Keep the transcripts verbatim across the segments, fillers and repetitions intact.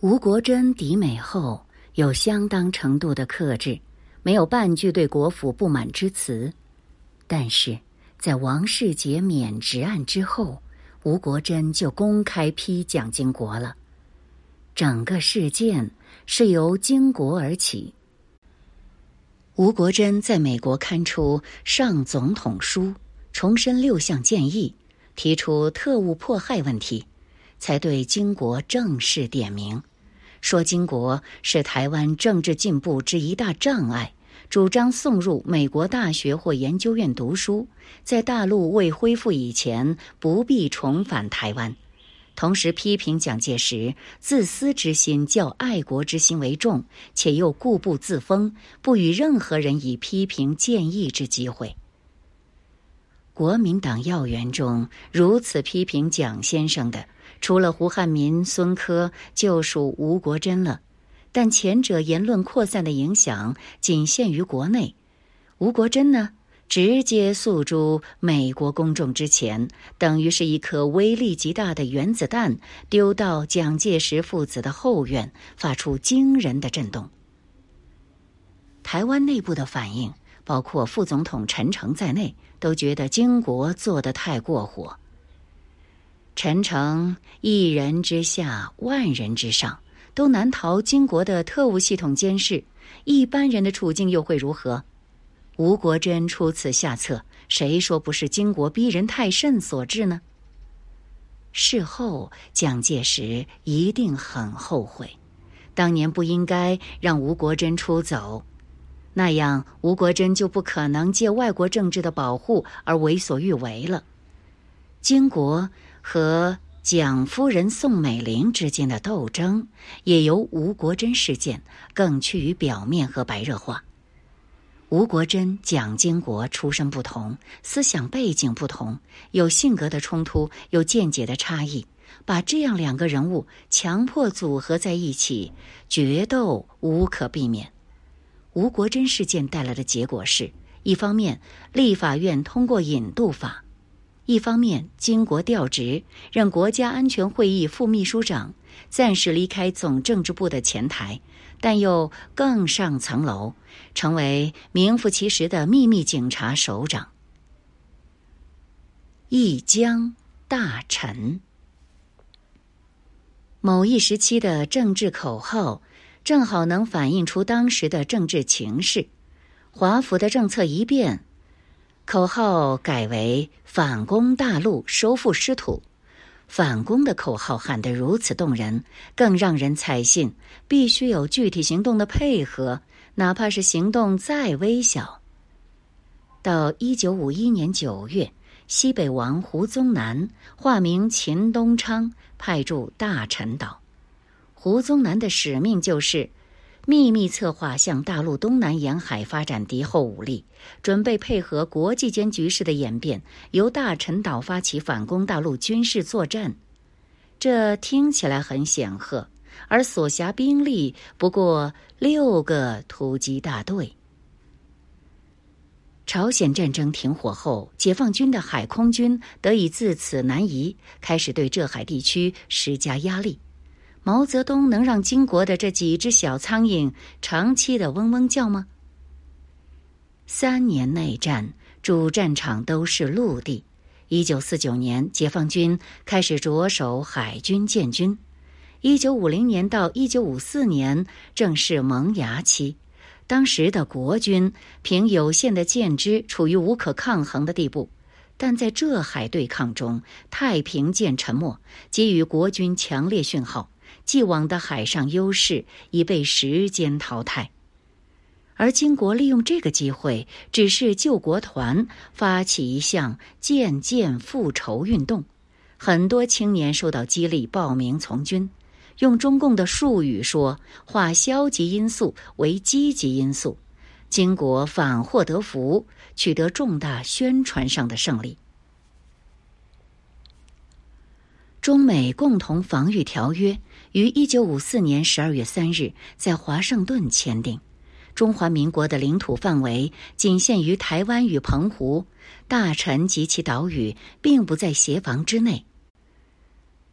吴国桢抵美后有相当程度的克制，没有半句对国府不满之词。但是在王世杰免职案之后，吴国桢就公开批蒋经国了。整个事件是由经国而起。吴国桢在美国刊出《上总统书》，重申六项建议，提出特务迫害问题，才对经国正式点名，说经国是台湾政治进步之一大障碍，主张送入美国大学或研究院读书，在大陆未恢复以前不必重返台湾。同时批评蒋介石自私之心较爱国之心为重，且又固步自封，不与任何人以批评建议之机会。国民党要员中如此批评蒋先生的，除了胡汉民、孙科，就属吴国桢了。但前者言论扩散的影响仅限于国内，吴国桢呢，直接诉诸美国公众之前，等于是一颗威力极大的原子弹丢到蒋介石父子的后院，发出惊人的震动。台湾内部的反应，包括副总统陈诚在内，都觉得经国做得太过火。陈诚一人之下，万人之上，都难逃经国的特务系统监视，一般人的处境又会如何？吴国桢出此下策，谁说不是经国逼人太甚所致呢？事后蒋介石一定很后悔，当年不应该让吴国桢出走，那样吴国桢就不可能借外国政治的保护而为所欲为了。经国和蒋夫人宋美龄之间的斗争，也由吴国桢事件更趋于表面和白热化。吴国桢、蒋经国出身不同，思想背景不同，有性格的冲突，有见解的差异，把这样两个人物强迫组合在一起，决斗无可避免。吴国桢事件带来的结果是，一方面立法院通过引渡法，一方面经国调职，任国家安全会议副秘书长，暂时离开总政治部的前台，但又更上层楼，成为名副其实的秘密警察首长。一江大臣，某一时期的政治口号正好能反映出当时的政治情势。华府的政策一变，口号改为反攻大陆，收复失土。反攻的口号喊得如此动人，更让人采信必须有具体行动的配合，哪怕是行动再微小。到一九五一年九月，西北王胡宗南化名秦东昌，派驻大陈岛。胡宗南的使命就是秘密策划向大陆东南沿海发展敌后武力，准备配合国际间局势的演变，由大陈岛发起反攻大陆军事作战。这听起来很显赫，而所辖兵力不过六个突击大队。朝鲜战争停火后，解放军的海空军得以自此南移，开始对浙海地区施加压力。毛泽东能让经国的这几只小苍蝇长期的嗡嗡叫吗？三年内战，主战场都是陆地。一九四九年，解放军开始着手海军建军。一九五零年到一九五四年正是萌芽期。当时的国军凭有限的舰只处于无可抗衡的地步，但在浙海对抗中，太平舰沉没，给予国军强烈讯号，既往的海上优势已被时间淘汰。而经国利用这个机会，指示救国团发起一项建舰复仇运动，很多青年受到激励报名从军。用中共的术语说，化消极因素为积极因素，经国反获得福，取得重大宣传上的胜利。中美共同防御条约于一九五四年十二月三日在华盛顿签订，中华民国的领土范围仅限于台湾与澎湖，大陈及其岛屿并不在协防之内。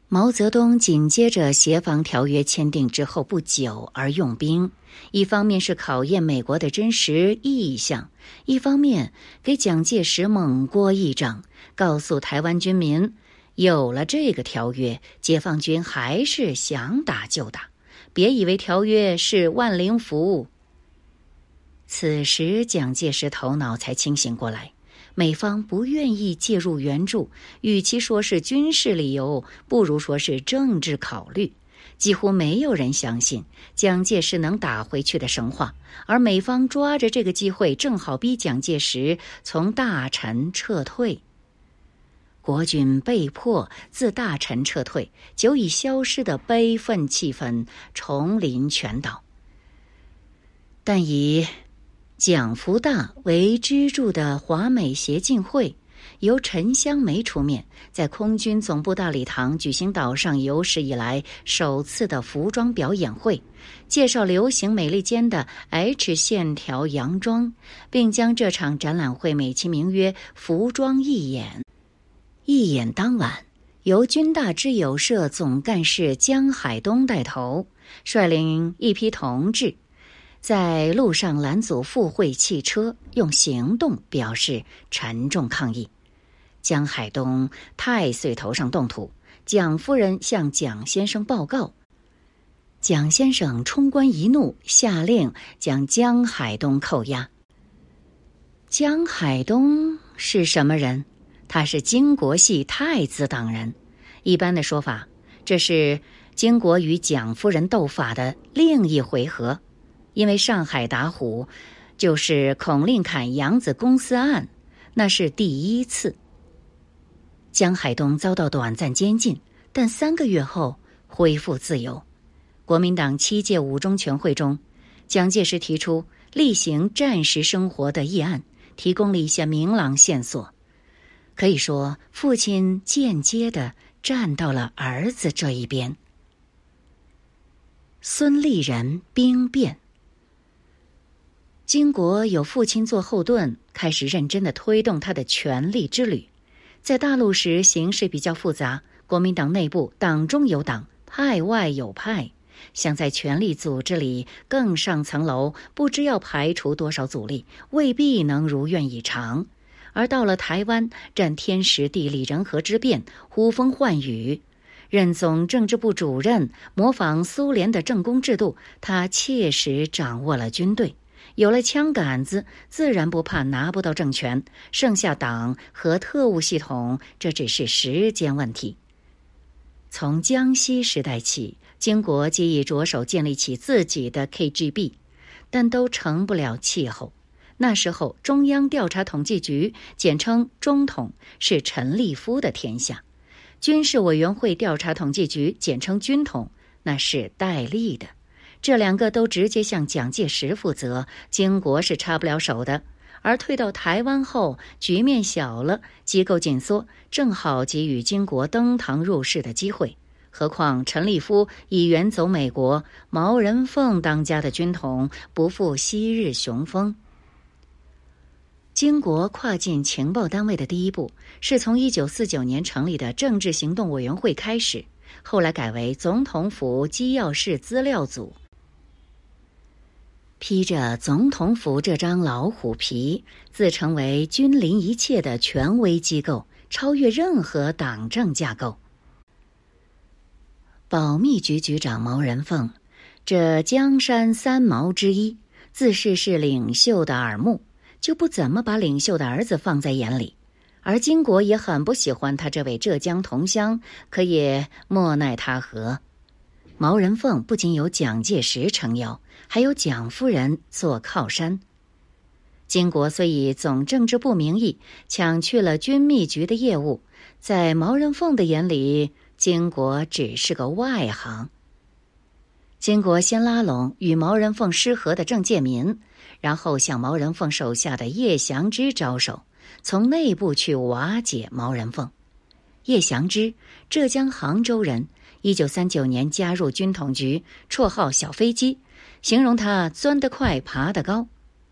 毛泽东紧接着协防条约签订之后不久而用兵，一方面是考验美国的真实意向，一方面给蒋介石猛过一掌，告诉台湾军民，有了这个条约，解放军还是想打就打，别以为条约是万灵符。此时蒋介石头脑才清醒过来，美方不愿意介入援助，与其说是军事理由，不如说是政治考虑。几乎没有人相信蒋介石能打回去的神话，而美方抓着这个机会，正好逼蒋介石从大陈撤退。国军被迫自大陈撤退，久已消失的悲愤气氛重临全岛。但以蒋福大为支柱的华美协进会，由陈香梅出面，在空军总部大礼堂举行岛上有史以来首次的服装表演会，介绍流行美利坚的 H 线条洋装，并将这场展览会美其名曰服装义演。义演当晚，由军大之友社总干事江海东带头，率领一批同志在路上拦阻赴会汽车，用行动表示沉重抗议。江海东太岁头上动土，蒋夫人向蒋先生报告，蒋先生冲冠一怒，下令将江海东扣押。江海东是什么人？他是金国系太子党人。一般的说法，这是金国与蒋夫人斗法的另一回合。因为上海打虎就是孔令侃洋子公司案，那是第一次。江海东遭到短暂监禁，但三个月后恢复自由。国民党七届五中全会中，蒋介石提出厉行战时生活的议案，提供了一些明朗线索。可以说，父亲间接地站到了儿子这一边。孙立人兵变。金国有父亲做后盾，开始认真地推动他的权力之旅。在大陆时形势比较复杂，国民党内部党中有党，派外有派，想在权力组织里更上层楼，不知要排除多少阻力，未必能如愿以偿。而到了台湾，占天时地利人和之便，呼风唤雨，任总政治部主任，模仿苏联的政工制度，他切实掌握了军队，有了枪杆子，自然不怕拿不到政权，剩下党和特务系统，这只是时间问题。从江西时代起，金国即已着手建立起自己的 K G B， 但都成不了气候。那时候中央调查统计局，简称中统，是陈立夫的天下；军事委员会调查统计局，简称军统，那是戴笠的。这两个都直接向蒋介石负责，金国是插不了手的。而退到台湾后，局面小了，机构紧缩，正好给予金国登堂入室的机会。何况陈立夫已远走美国，毛人凤当家的军统不复昔日雄风。金国跨进情报单位的第一步，是从一九四九年成立的政治行动委员会开始，后来改为总统府机要室资料组。披着总统府这张老虎皮，自称为君临一切的权威机构，超越任何党政架构。保密局局长毛人凤，这江山三毛之一，自视是领袖的耳目，就不怎么把领袖的儿子放在眼里。而金国也很不喜欢他这位浙江同乡，可也莫奈他何。毛人凤不仅有蒋介石撑腰，还有蒋夫人做靠山。金国虽以总政治部名义抢去了军秘局的业务，在毛人凤的眼里，金国只是个外行。金国先拉拢与毛人凤失和的郑介民，然后向毛人凤手下的叶祥之招手，从内部去瓦解毛人凤。叶祥之，浙江杭州人，一九三九年加入军统局，绰号小飞机，形容他钻得快爬得高。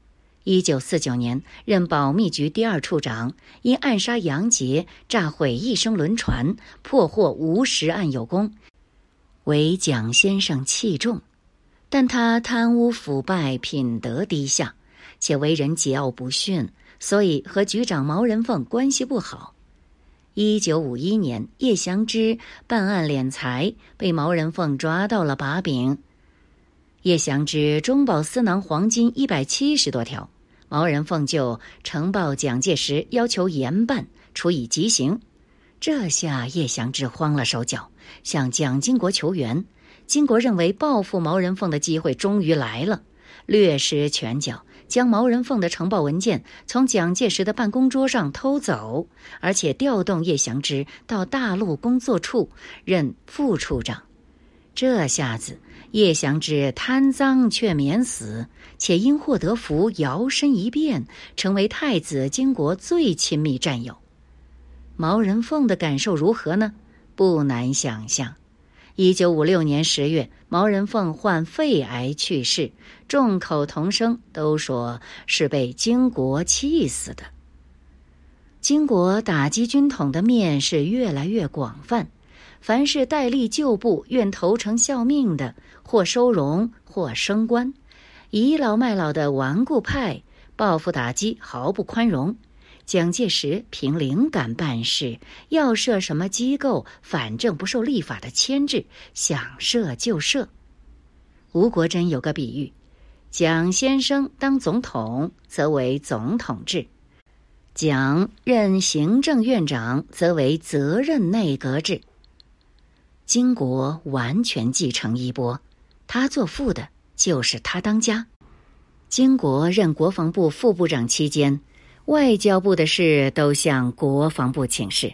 一九四九年，任保密局第二处长，因暗杀杨杰、炸毁一艘轮船，破获无实案有功，为蒋先生器重。但他贪污腐败，品德低下，且为人桀骜不驯，所以和局长毛人凤关系不好。一九五一年，叶祥之办案敛财，被毛人凤抓到了把柄。叶祥之中饱私囊黄金一百七十多条，毛人凤就呈报蒋介石，要求严办，处以极刑。这下叶祥之慌了手脚，向蒋经国求援。经国认为报复毛人凤的机会终于来了，略施拳脚，将毛人凤的呈报文件从蒋介石的办公桌上偷走，而且调动叶祥之到大陆工作处任副处长。这下子叶祥之贪赃却免死，且因祸得福，摇身一变，成为太子经国最亲密战友。毛人凤的感受如何呢？不难想象。一九五六年十月，毛人凤患肺癌去世，众口同声都说是被经国气死的。经国打击军统的面是越来越广泛，凡是戴笠旧部愿投诚效命的，或收容或升官；倚老卖老的顽固派，报复打击毫不宽容。蒋介石凭灵感办事，要设什么机构，反正不受立法的牵制，想设就设。吴国桢有个比喻：蒋先生当总统，则为总统制；蒋任行政院长，则为责任内阁制。经国完全继承衣钵，他做副的，就是他当家。经国任国防部副部长期间，外交部的事都向国防部请示。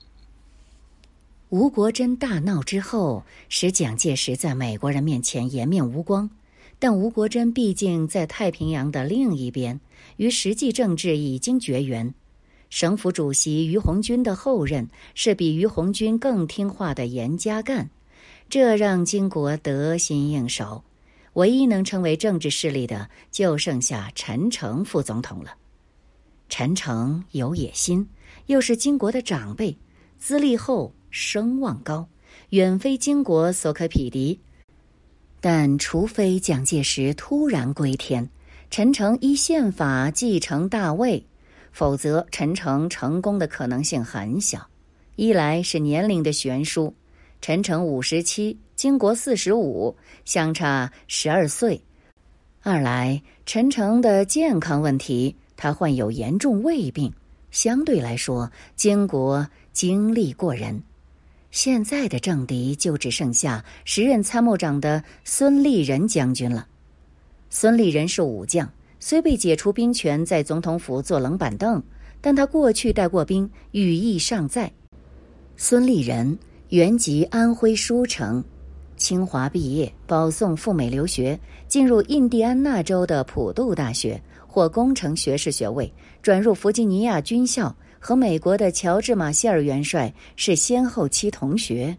吴国桢大闹之后，使蒋介石在美国人面前颜面无光，但吴国桢毕竟在太平洋的另一边，与实际政治已经绝缘。省府主席于鸿钧的后任是比于鸿钧更听话的严家淦，这让经国得心应手。唯一能成为政治势力的，就剩下陈诚副总统了。陈诚有野心，又是经国的长辈，资历厚，声望高，远非经国所可匹敌。但除非蒋介石突然归天，陈诚依宪法继承大位，否则陈诚成功的可能性很小。一来是年龄的悬殊，陈诚五十七，经国四十五，相差十二岁；二来陈诚的健康问题，他患有严重胃病，相对来说经国精力过人。现在的政敌就只剩下时任参谋长的孙立人将军了。孙立人是武将，虽被解除兵权，在总统府坐冷板凳，但他过去带过兵，羽翼尚在。孙立人原籍安徽舒城，清华毕业，保送赴美留学，进入印第安纳州的普渡大学，获工程学士学位，转入弗吉尼亚军校，和美国的乔治·马歇尔元帅是先后期同学。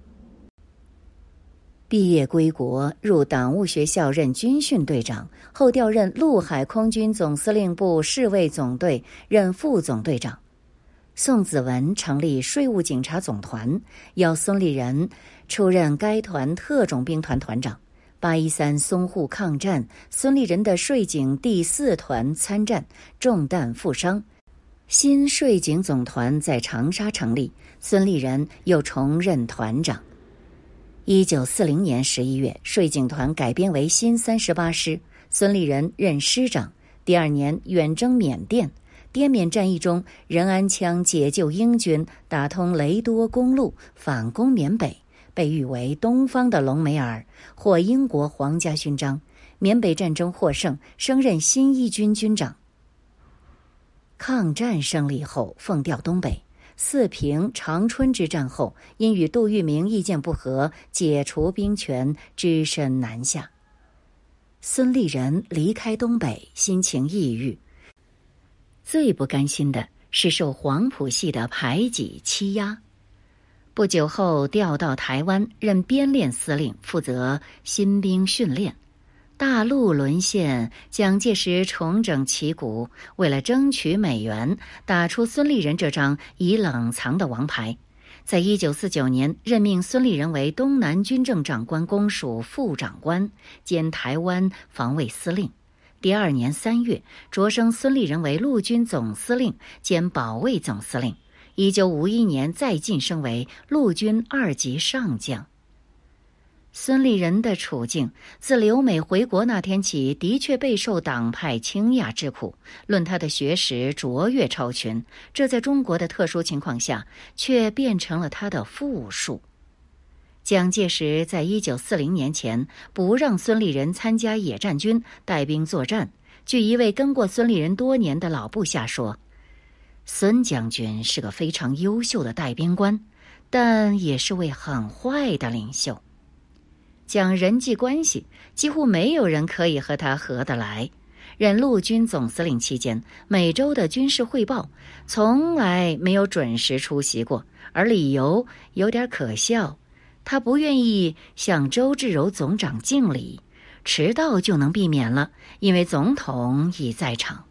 毕业归国，入党务学校任军训队长，后调任陆海空军总司令部侍卫总队，任副总队长。宋子文成立税务警察总团，要孙立人出任该团特种兵团团长。八一三淞沪抗战，孙立人的税警第四团参战，中弹负伤。新税警总团在长沙成立，孙立人又重任团长。一九四零年十一月，税警团改编为新三十八师，孙立人任师长。第二年远征缅甸，滇缅战役中，任安羌解救英军，打通雷多公路，反攻缅北，被誉为东方的隆美尔，获英国皇家勋章。缅北战争获胜，升任新一军军长。抗战胜利后，奉调东北。四平长春之战后，因与杜聿明意见不合，解除兵权，只身南下。孙立人离开东北，心情抑郁，最不甘心的是受黄埔系的排挤欺压。不久后调到台湾，任编练司令，负责新兵训练。 大陆沦陷，蒋介石重整旗鼓，为了争取美元，打出孙立人这张已冷藏的王牌。在一九四九年，任命孙立人为东南军政长官公署副长官兼台湾防卫司令。第二年三月，擢升孙立人为陆军总司令兼保卫总司令。一九五一年，再晋升为陆军二级上将。孙立人的处境自留美回国那天起，的确备受党派倾轧之苦。论他的学识卓越超群，这在中国的特殊情况下，却变成了他的负数。蒋介石在一九四零年前不让孙立人参加野战军带兵作战。据一位跟过孙立人多年的老部下说，孙将军是个非常优秀的带兵官，但也是位很坏的领袖。讲人际关系，几乎没有人可以和他合得来。任陆军总司令期间，每周的军事汇报从来没有准时出席过，而理由有点可笑。他不愿意向周至柔总长敬礼，迟到就能避免了，因为总统已在场。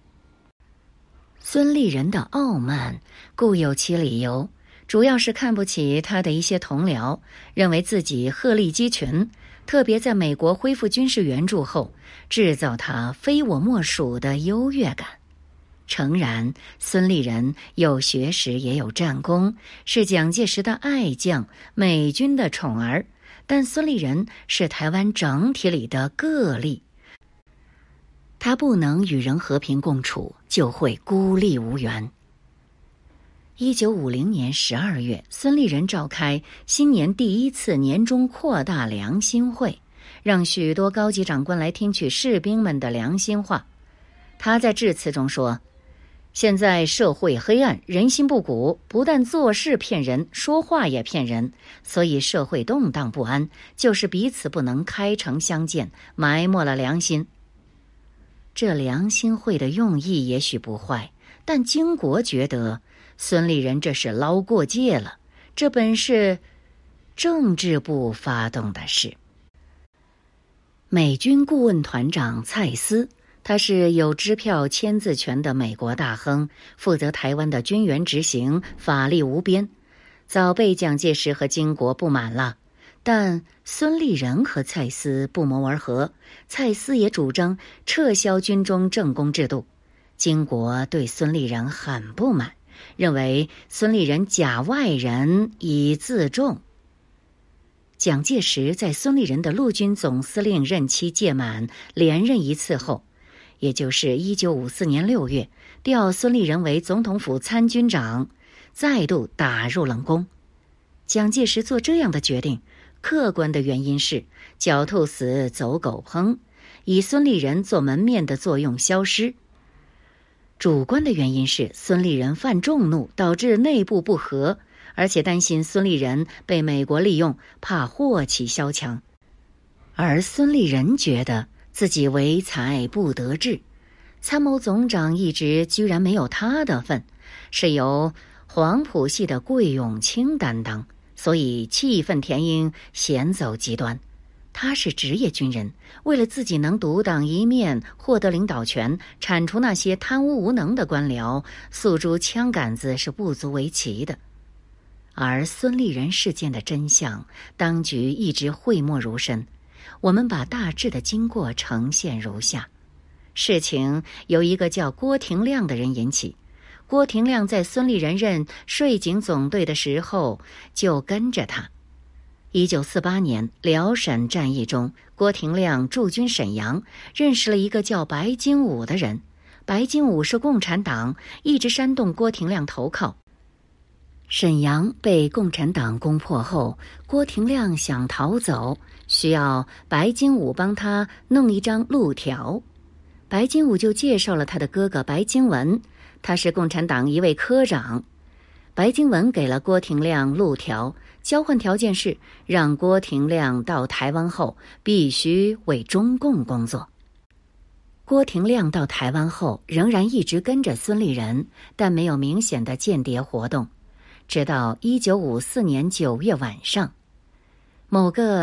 孙立人的傲慢固有其理由，主要是看不起他的一些同僚，认为自己鹤立鸡群，特别在美国恢复军事援助后，制造他非我莫属的优越感。诚然，孙立人有学识也有战功，是蒋介石的爱将，美军的宠儿，但孙立人是台湾整体里的个例。他不能与人和平共处，就会孤立无援。一九五零年十二月，孙立人召开新年第一次年终扩大良心会，让许多高级长官来听取士兵们的良心话。他在致辞中说，现在社会黑暗，人心不古，不但做事骗人，说话也骗人，所以社会动荡不安，就是彼此不能开诚相见，埋没了良心。这良心会的用意也许不坏，但经国觉得孙立人这是捞过界了，这本是政治部发动的事。美军顾问团长蔡斯，他是有支票签字权的美国大亨，负责台湾的军援执行，法力无边，早被蒋介石和经国不满了。但孙立人和蔡斯不谋而合，蔡斯也主张撤销军中政工制度。经国对孙立人很不满，认为孙立人假外人以自重。蒋介石在孙立人的陆军总司令任期届满连任一次后，也就是一九五四年六月，调孙立人为总统府参军长，再度打入冷宫。蒋介石做这样的决定，客观的原因是狡兔死，走狗烹，以孙立人做门面的作用消失。主观的原因是孙立人犯众怒，导致内部不和，而且担心孙立人被美国利用，怕祸起萧墙。而孙立人觉得自己唯才不得志，参谋总长一职居然没有他的份，是由黄埔系的桂永清担当，所以气愤填膺，险走极端。他是职业军人，为了自己能独当一面，获得领导权，铲除那些贪污无能的官僚，诉诸枪杆子是不足为奇的。而孙立人事件的真相，当局一直讳莫如深。我们把大致的经过呈现如下：事情由一个叫郭廷亮的人引起。郭廷亮在孙立人任税警总队的时候就跟着他。一九四八年辽沈战役中，郭廷亮驻军沈阳，认识了一个叫白金武的人。白金武是共产党，一直煽动郭廷亮投靠。沈阳被共产党攻破后，郭廷亮想逃走，需要白金武帮他弄一张路条。白金武就介绍了他的哥哥白金文，他是共产党一位科长。白金文给了郭廷亮路条，交换条件是让郭廷亮到台湾后必须为中共工作。郭廷亮到台湾后仍然一直跟着孙立人，但没有明显的间谍活动。直到一九五四年九月晚上，某个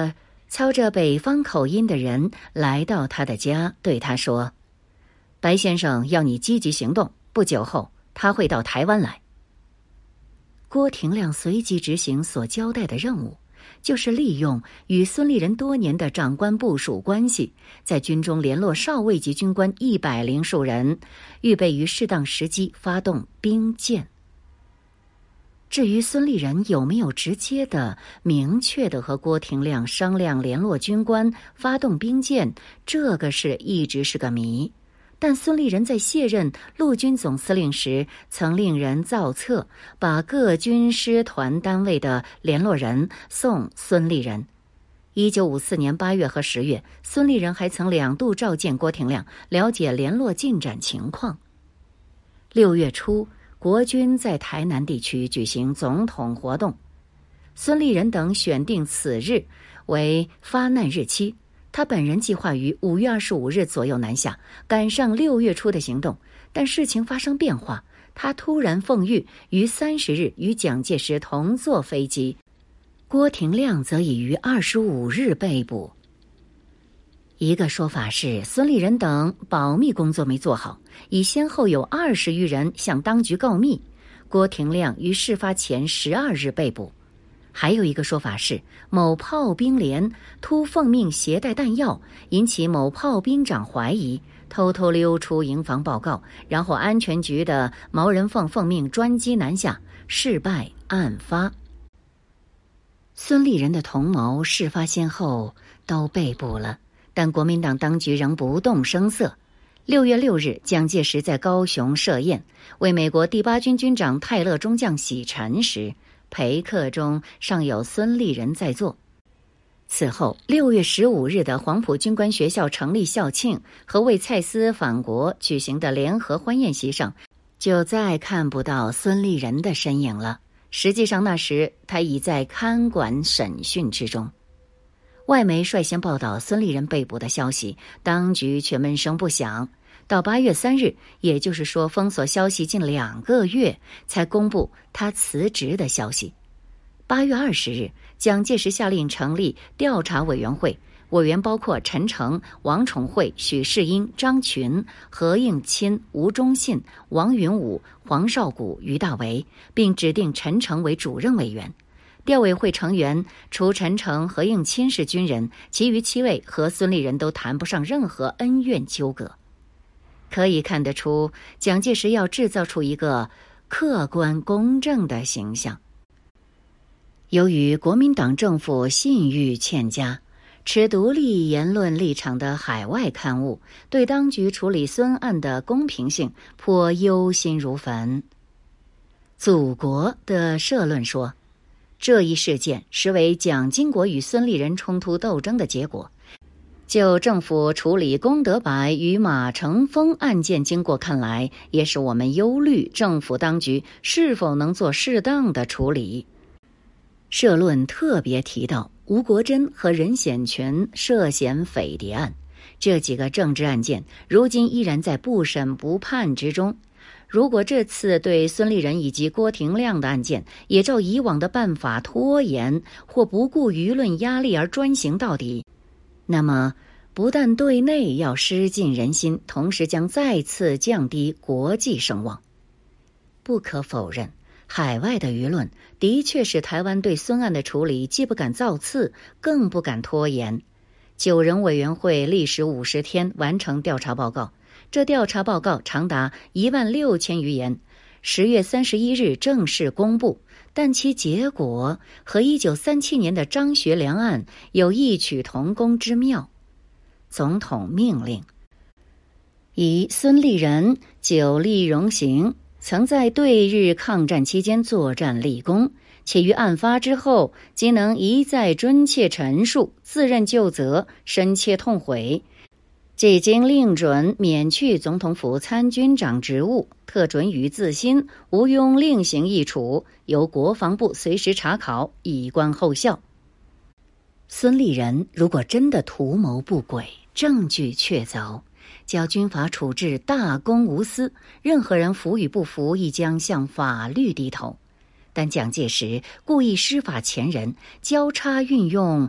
操着北方口音的人来到他的家，对他说：“白先生要你积极行动，不久后他会到台湾来。”郭廷亮随即执行所交代的任务，就是利用与孙立人多年的长官部属关系，在军中联络少尉级军官一百零数人，预备于适当时机发动兵谏。至于孙立人有没有直接的、明确的和郭廷亮商量联络军官、发动兵谏，这个是一直是个谜。但孙立人在卸任陆军总司令时，曾令人造册，把各军师团单位的联络人送孙立人。一九五四年八月和十月，孙立人还曾两度召见郭廷亮，了解联络进展情况。六月初，国军在台南地区举行总统活动，孙立人等选定此日为发难日期。他本人计划于五月二十五日左右南下，赶上六月初的行动。但事情发生变化，他突然奉谕于三十日与蒋介石同坐飞机，郭廷亮则已于二十五日被捕。一个说法是孙立人等保密工作没做好，已先后有二十余人向当局告密。郭廷亮于事发前十二日被捕。还有一个说法是，某炮兵连突奉命携带弹药，引起某炮兵长怀疑，偷偷溜出营房报告，然后安全局的毛人凤奉命专机南下，事败案发。孙立人的同谋事发先后都被捕了，但国民党当局仍不动声色。六月六日，蒋介石在高雄设宴，为美国第八军军长泰勒中将洗尘时，陪客中尚有孙立人在座。此后，六月十五日的黄埔军官学校成立校庆和为蔡司返国举行的联合欢宴席上，就再看不到孙立人的身影了。实际上，那时他已在看管审讯之中。外媒率先报道孙立人被捕的消息，当局却闷声不响。到八月三日，也就是说封锁消息近两个月，才公布他辞职的消息。八月二十日，蒋介石下令成立调查委员会，委员包括陈诚、王宠惠、许世英、张群、何应钦、吴忠信、王云武、黄绍谷、于大为，并指定陈诚为主任委员。调委会成员除陈诚、何应钦是军人，其余七位和孙立人都谈不上任何恩怨纠葛。可以看得出，蒋介石要制造出一个客观公正的形象。由于国民党政府信誉欠佳，持独立言论立场的海外刊物对当局处理孙案的公平性颇忧心如焚。祖国的社论说，这一事件实为蒋经国与孙立人冲突斗争的结果。就政府处理龚德白与马成峰案件经过看来，也使我们忧虑政府当局是否能做适当的处理。社论特别提到吴国桢和任显全涉嫌匪谍案，这几个政治案件如今依然在不审不判之中。如果这次对孙立人以及郭廷亮的案件也照以往的办法拖延，或不顾舆论压力而专行到底，那么不但对内要失尽人心，同时将再次降低国际声望。不可否认，海外的舆论的确使台湾对孙案的处理既不敢造次，更不敢拖延。九人委员会历时五十天完成调查报告，这调查报告长达一万六千余言，十月三十一日正式公布，但其结果和一九三七年的张学良案有异曲同工之妙。总统命令以孙立人久立荣行，曾在对日抗战期间作战立功，且于案发之后即能一再谆切陈述，自任就责，深切痛悔。即经令准免去总统府参军长职务，特准予自新，无庸另行议处，由国防部随时查考，以观后效。孙立人如果真的图谋不轨，证据确凿，较军法处置大公无私，任何人服与不服亦将向法律低头。但蒋介石故意施法前人，交叉运用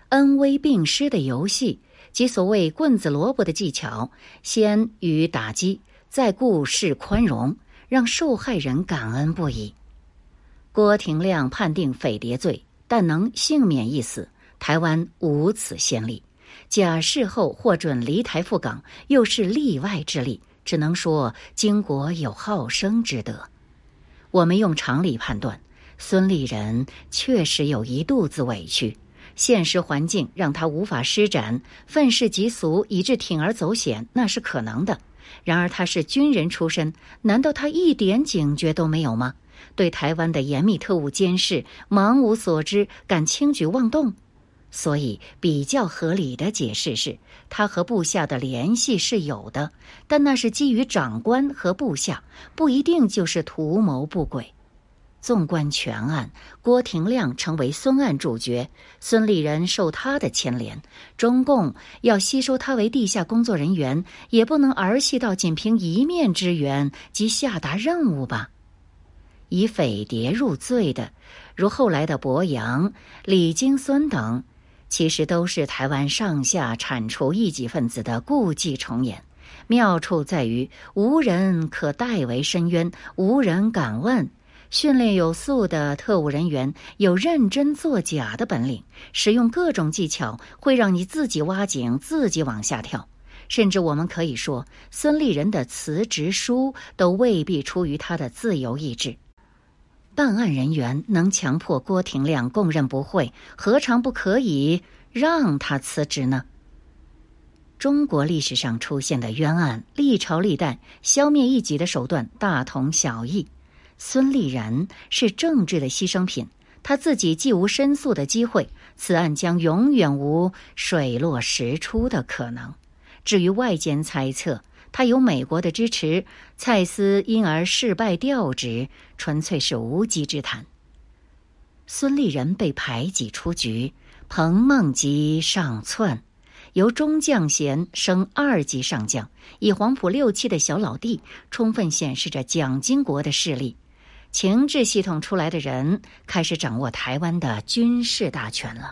恩威并施的游戏，即所谓棍子萝卜的技巧，先予打击，再顾事宽容，让受害人感恩不已。郭廷亮判定匪谍罪，但能幸免一死，台湾无此先例。假事后获准离台赴港，又是例外之例，只能说经国有好生之德。我们用常理判断，孙立人确实有一肚子委屈，现实环境让他无法施展愤世嫉俗，以致铤而走险，那是可能的。然而他是军人出身，难道他一点警觉都没有吗？对台湾的严密特务监视茫无所知，敢轻举妄动？所以比较合理的解释是，他和部下的联系是有的，但那是基于长官和部下，不一定就是图谋不轨。纵观全案，郭廷亮成为孙案主角，孙立人受他的牵连，中共要吸收他为地下工作人员，也不能儿戏到仅凭一面之缘即下达任务吧。以匪谍入罪的，如后来的博洋、李金孙等，其实都是台湾上下铲除异己分子的故伎重演。妙处在于无人可代为申冤，无人敢问。训练有素的特务人员有认真作假的本领，使用各种技巧会让你自己挖井，自己往下跳。甚至我们可以说，孙立人的辞职书都未必出于他的自由意志。办案人员能强迫郭廷亮供认不讳，何尝不可以让他辞职呢？中国历史上出现的冤案，历朝历代消灭异己的手段大同小异。孙立人是政治的牺牲品，他自己既无申诉的机会，此案将永远无水落石出的可能。至于外间猜测他有美国的支持，蔡司因而事败调职，纯粹是无稽之谈。孙立人被排挤出局，彭孟吉上窜，由中将衔升二级上将，以黄埔六期的小老弟，充分显示着蒋经国的势力。情治系统出来的人开始掌握台湾的军事大权了。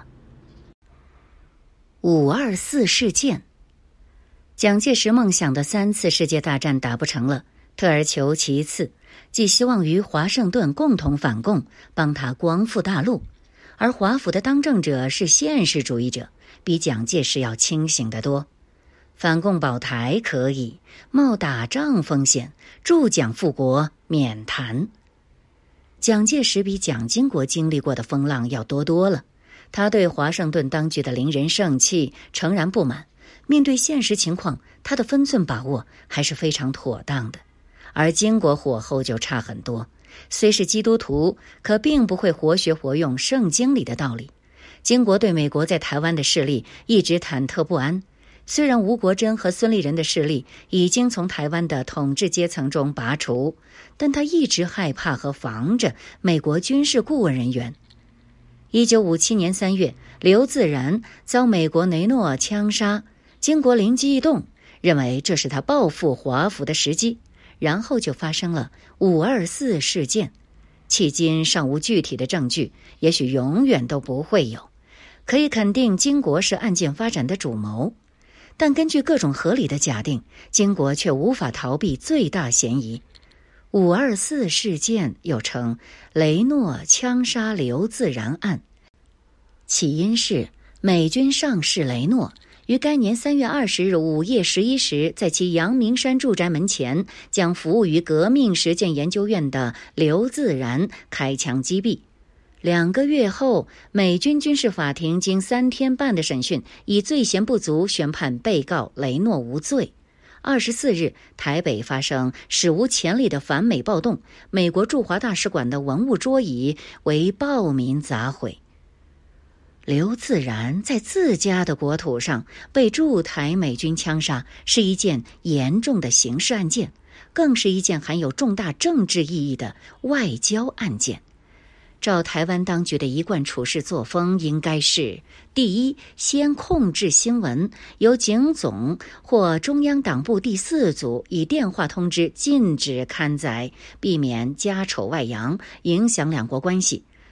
五二四事件，蒋介石梦想的三次世界大战打不成了，退而求其次，寄希望于华盛顿共同反共，帮他光复大陆。而华府的当政者是现实主义者，比蒋介石要清醒得多。反共保台可以，冒打仗风险，助蒋复国免谈。蒋介石比蒋经国经历过的风浪要多多了，他对华盛顿当局的凌人盛气诚然不满，面对现实情况，他的分寸把握还是非常妥当的。而经国火候就差很多，虽是基督徒，可并不会活学活用圣经里的道理。经国对美国在台湾的势力一直忐忑不安，虽然吴国桢和孙立人的势力已经从台湾的统治阶层中拔除，但他一直害怕和防着美国军事顾问人员。一九五七年三月，刘自然遭美国雷诺枪杀，经国灵机一动，认为这是他报复华府的时机，然后就发生了五二四事件。迄今尚无具体的证据，也许永远都不会有。可以肯定，经国是案件发展的主谋。但根据各种合理的假定，经国却无法逃避最大嫌疑。五二四事件又称雷诺枪杀刘自然案，起因是美军上士雷诺于该年三月二十日午夜十一时，在其阳明山住宅门前，将服务于革命实践研究院的刘自然开枪击毙。两个月后，美军军事法庭经三天半的审讯，以罪嫌不足宣判被告雷诺无罪。二十四日，台北发生史无前例的反美暴动，美国驻华大使馆的文物桌椅为暴民砸毁。刘自然在自家的国土上被驻台美军枪杀，是一件严重的刑事案件，更是一件含有重大政治意义的外交案件。照台湾当局的一贯处事作风，应该是：第一，先控制新闻，由警总或中央党部第四组以电话通知禁止刊载，避免家丑外扬，影响两国关系；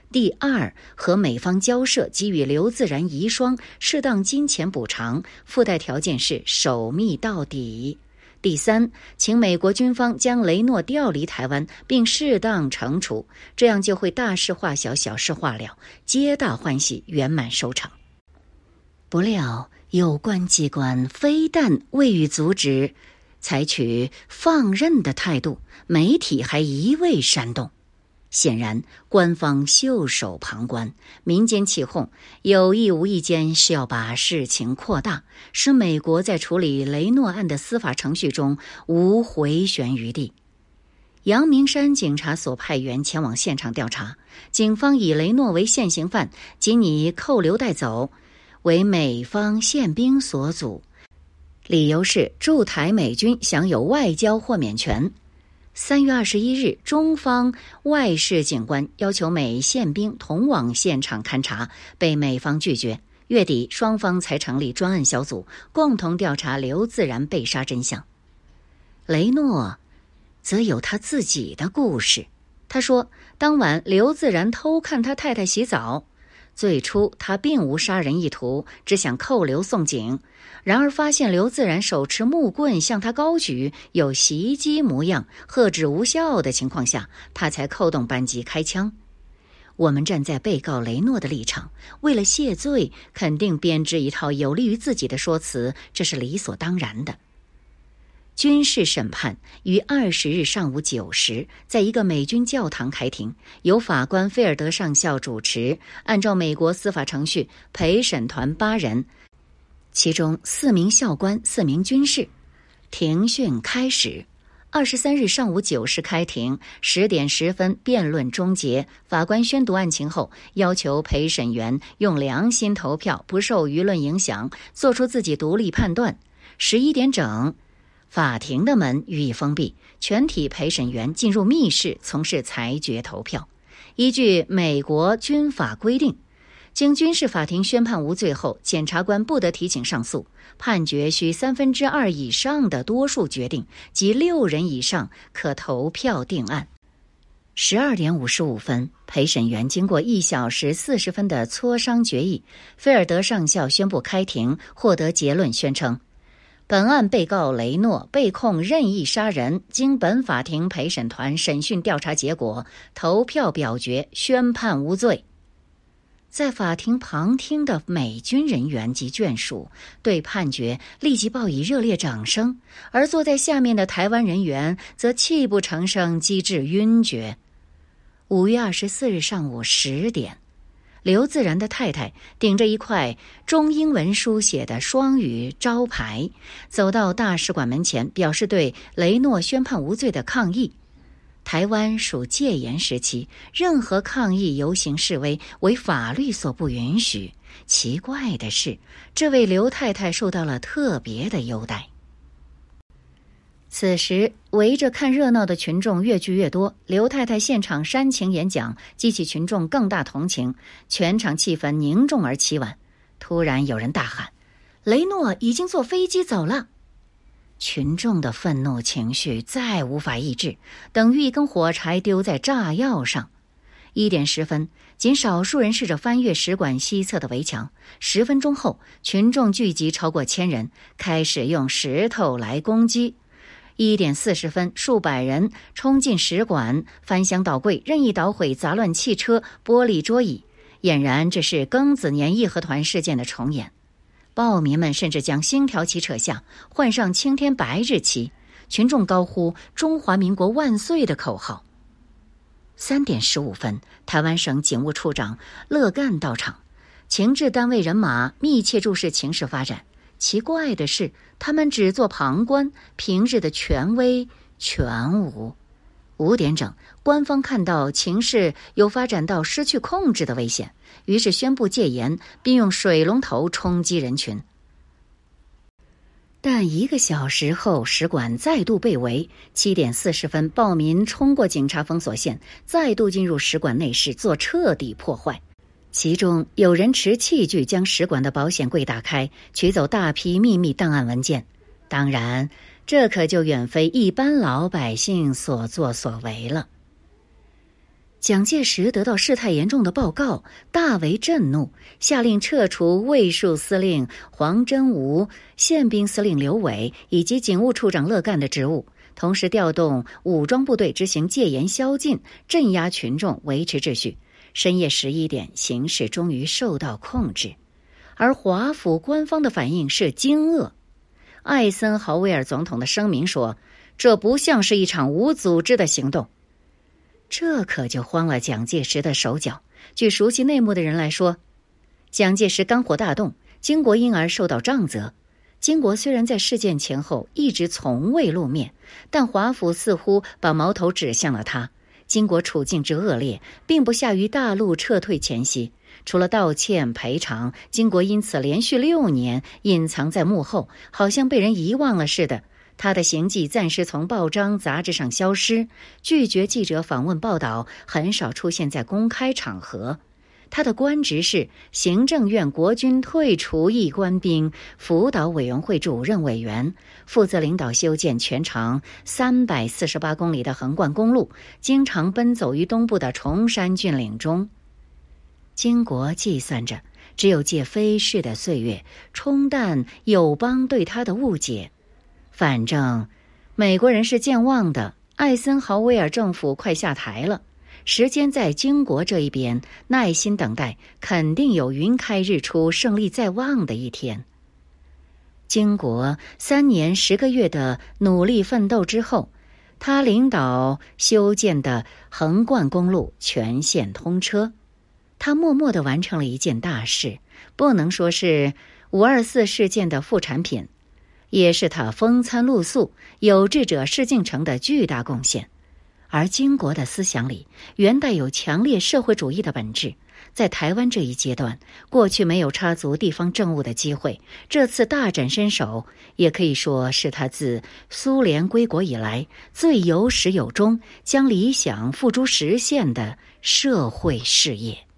第二，和美方交涉，给予刘自然遗孀适当金钱补偿，附带条件是守密到底。第三，请美国军方将雷诺调离台湾，并适当惩处，这样就会大事化小，小事化了，皆大欢喜，圆满收场。不料有关机关非但未予阻止，采取放任的态度，媒体还一味煽动。显然官方袖手旁观，民间起哄，有意无意间是要把事情扩大，使美国在处理雷诺案的司法程序中无回旋余地。阳明山警察所派员前往现场调查，警方以雷诺为现行犯，仅以扣留带走，为美方宪兵所阻，理由是驻台美军享有外交豁免权。三月二十一日，中方外事警官要求美宪兵同往现场勘查，被美方拒绝。月底，双方才成立专案小组，共同调查刘自然被杀真相。雷诺则有他自己的故事。他说，当晚刘自然偷看他太太洗澡，最初他并无杀人意图，只想扣留送警。然而发现刘自然手持木棍向他高举，有袭击模样，喝止无效的情况下，他才扣动扳机开枪。我们站在被告雷诺的立场，为了谢罪，肯定编织一套有利于自己的说辞，这是理所当然的。军事审判于二十日上午九时，在一个美军教堂开庭，由法官菲尔德上校主持。按照美国司法程序，陪审团八人，其中四名校官，四名军士。庭讯开始。二十三日上午九时开庭，十点十分辩论终结。法官宣读案情后，要求陪审员用良心投票，不受舆论影响，做出自己独立判断。十一点整，法庭的门予以封闭，全体陪审员进入密室从事裁决投票。依据美国军法规定，经军事法庭宣判无罪后，检察官不得提请上诉，判决需三分之二以上的多数决定，即六人以上可投票定案。十二点五十五分，陪审员经过一小时四十分的磋商决议，菲尔德上校宣布开庭，获得结论，宣称本案被告雷诺被控任意杀人，经本法庭陪审团审讯调查结果，投票表决宣判无罪。在法庭旁听的美军人员及眷属对判决立即报以热烈掌声，而坐在下面的台湾人员则泣不成声，机智晕厥。五月二十四日上午十点，刘自然的太太顶着一块中英文书写的双语招牌，走到大使馆门前，表示对雷诺宣判无罪的抗议。台湾属戒严时期，任何抗议游行示威为法律所不允许。奇怪的是，这位刘太太受到了特别的优待。此时围着看热闹的群众越聚越多，刘太太现场煽情演讲，激起群众更大同情，全场气氛凝重而凄婉。突然有人大喊，雷诺已经坐飞机走了。群众的愤怒情绪再无法抑制，等于一根火柴丢在炸药上。一点十分，仅少数人试着翻越使馆西侧的围墙。十分钟后，群众聚集超过千人，开始用石头来攻击。一点四十分，数百人冲进使馆，翻箱倒柜，任意捣毁，砸乱汽车、玻璃桌椅。俨然这是庚子年义和团事件的重演。暴民们甚至将星条旗扯下，换上青天白日旗，群众高呼中华民国万岁的口号。三点十五分，台湾省警务处长乐干到场，情治单位人马密切注视情势发展。奇怪的是，他们只做旁观，平日的权威全无。五点整，官方看到情势有发展到失去控制的危险，于是宣布戒严，并用水龙头冲击人群。但一个小时后，使馆再度被围。七点四十分，暴民冲过警察封锁线，再度进入使馆内室做彻底破坏。其中有人持器具将使馆的保险柜打开，取走大批秘密档案文件。当然，这可就远非一般老百姓所作所为了。 蒋介石得到事态严重的报告，大为震怒，下令撤除卫戍司令黄真吾、宪兵司令刘伟以及警务处长乐干的职务，同时调动武装部队执行戒严宵禁，镇压群众，维持秩序。深夜十一点，形势终于受到控制，而华府官方的反应是惊愕。艾森豪威尔总统的声明说，这不像是一场无组织的行动。这可就慌了蒋介石的手脚。据熟悉内幕的人来说，蒋介石肝火大动，经国因而受到杖责。经国虽然在事件前后一直从未露面，但华府似乎把矛头指向了他。经国处境之恶劣，并不下于大陆撤退前夕。除了道歉赔偿，经国因此连续六年隐藏在幕后，好像被人遗忘了似的。他的行迹暂时从报章杂志上消失，拒绝记者访问报道，很少出现在公开场合。他的官职是行政院国军退除役官兵辅导委员会主任委员，负责领导修建全长三百四十八公里的横贯公路，经常奔走于东部的崇山峻岭中。经国计算着，只有借飞逝的岁月冲淡友邦对他的误解。反正美国人是健忘的，艾森豪威尔政府快下台了，时间在经国这一边，耐心等待，肯定有云开日出、胜利在望的一天。经国三年十个月的努力奋斗之后，他领导修建的横贯公路全线通车。他默默地完成了一件大事，不能说是五二四事件的副产品，也是他风餐露宿、有志者事竟成的巨大贡献。而经国的思想里原带有强烈社会主义的本质，在台湾这一阶段，过去没有插足地方政务的机会，这次大展身手，也可以说是他自苏联归国以来最有始有终、将理想付诸实现的社会事业。